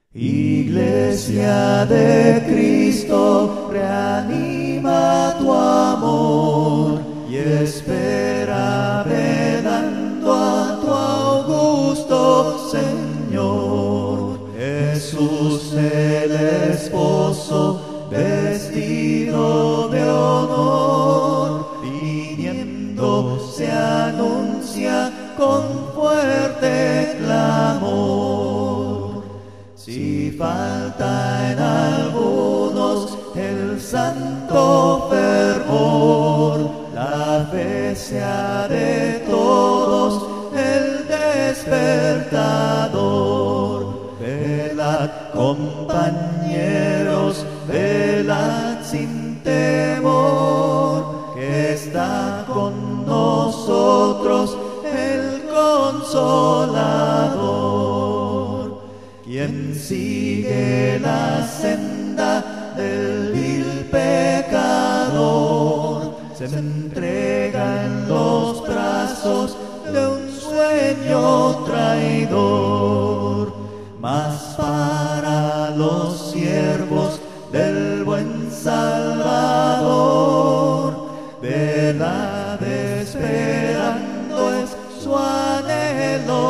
Iglesia de Cristo, reanima tu amor y espera velando a tu augusto Señor. Jesús el esposo, vestido de honor, viniendo se anuncia con fuerte clamor. Si falta en algunos el santo fervor, la fe sea de todos el despertador. Velad, compañeros, velad sin temor, que está con nosotros el Consolador. Quien sigue la senda del vil pecador, se entrega en los brazos de un sueño traidor. Mas para los siervos del buen Salvador, velad esperando es su anhelo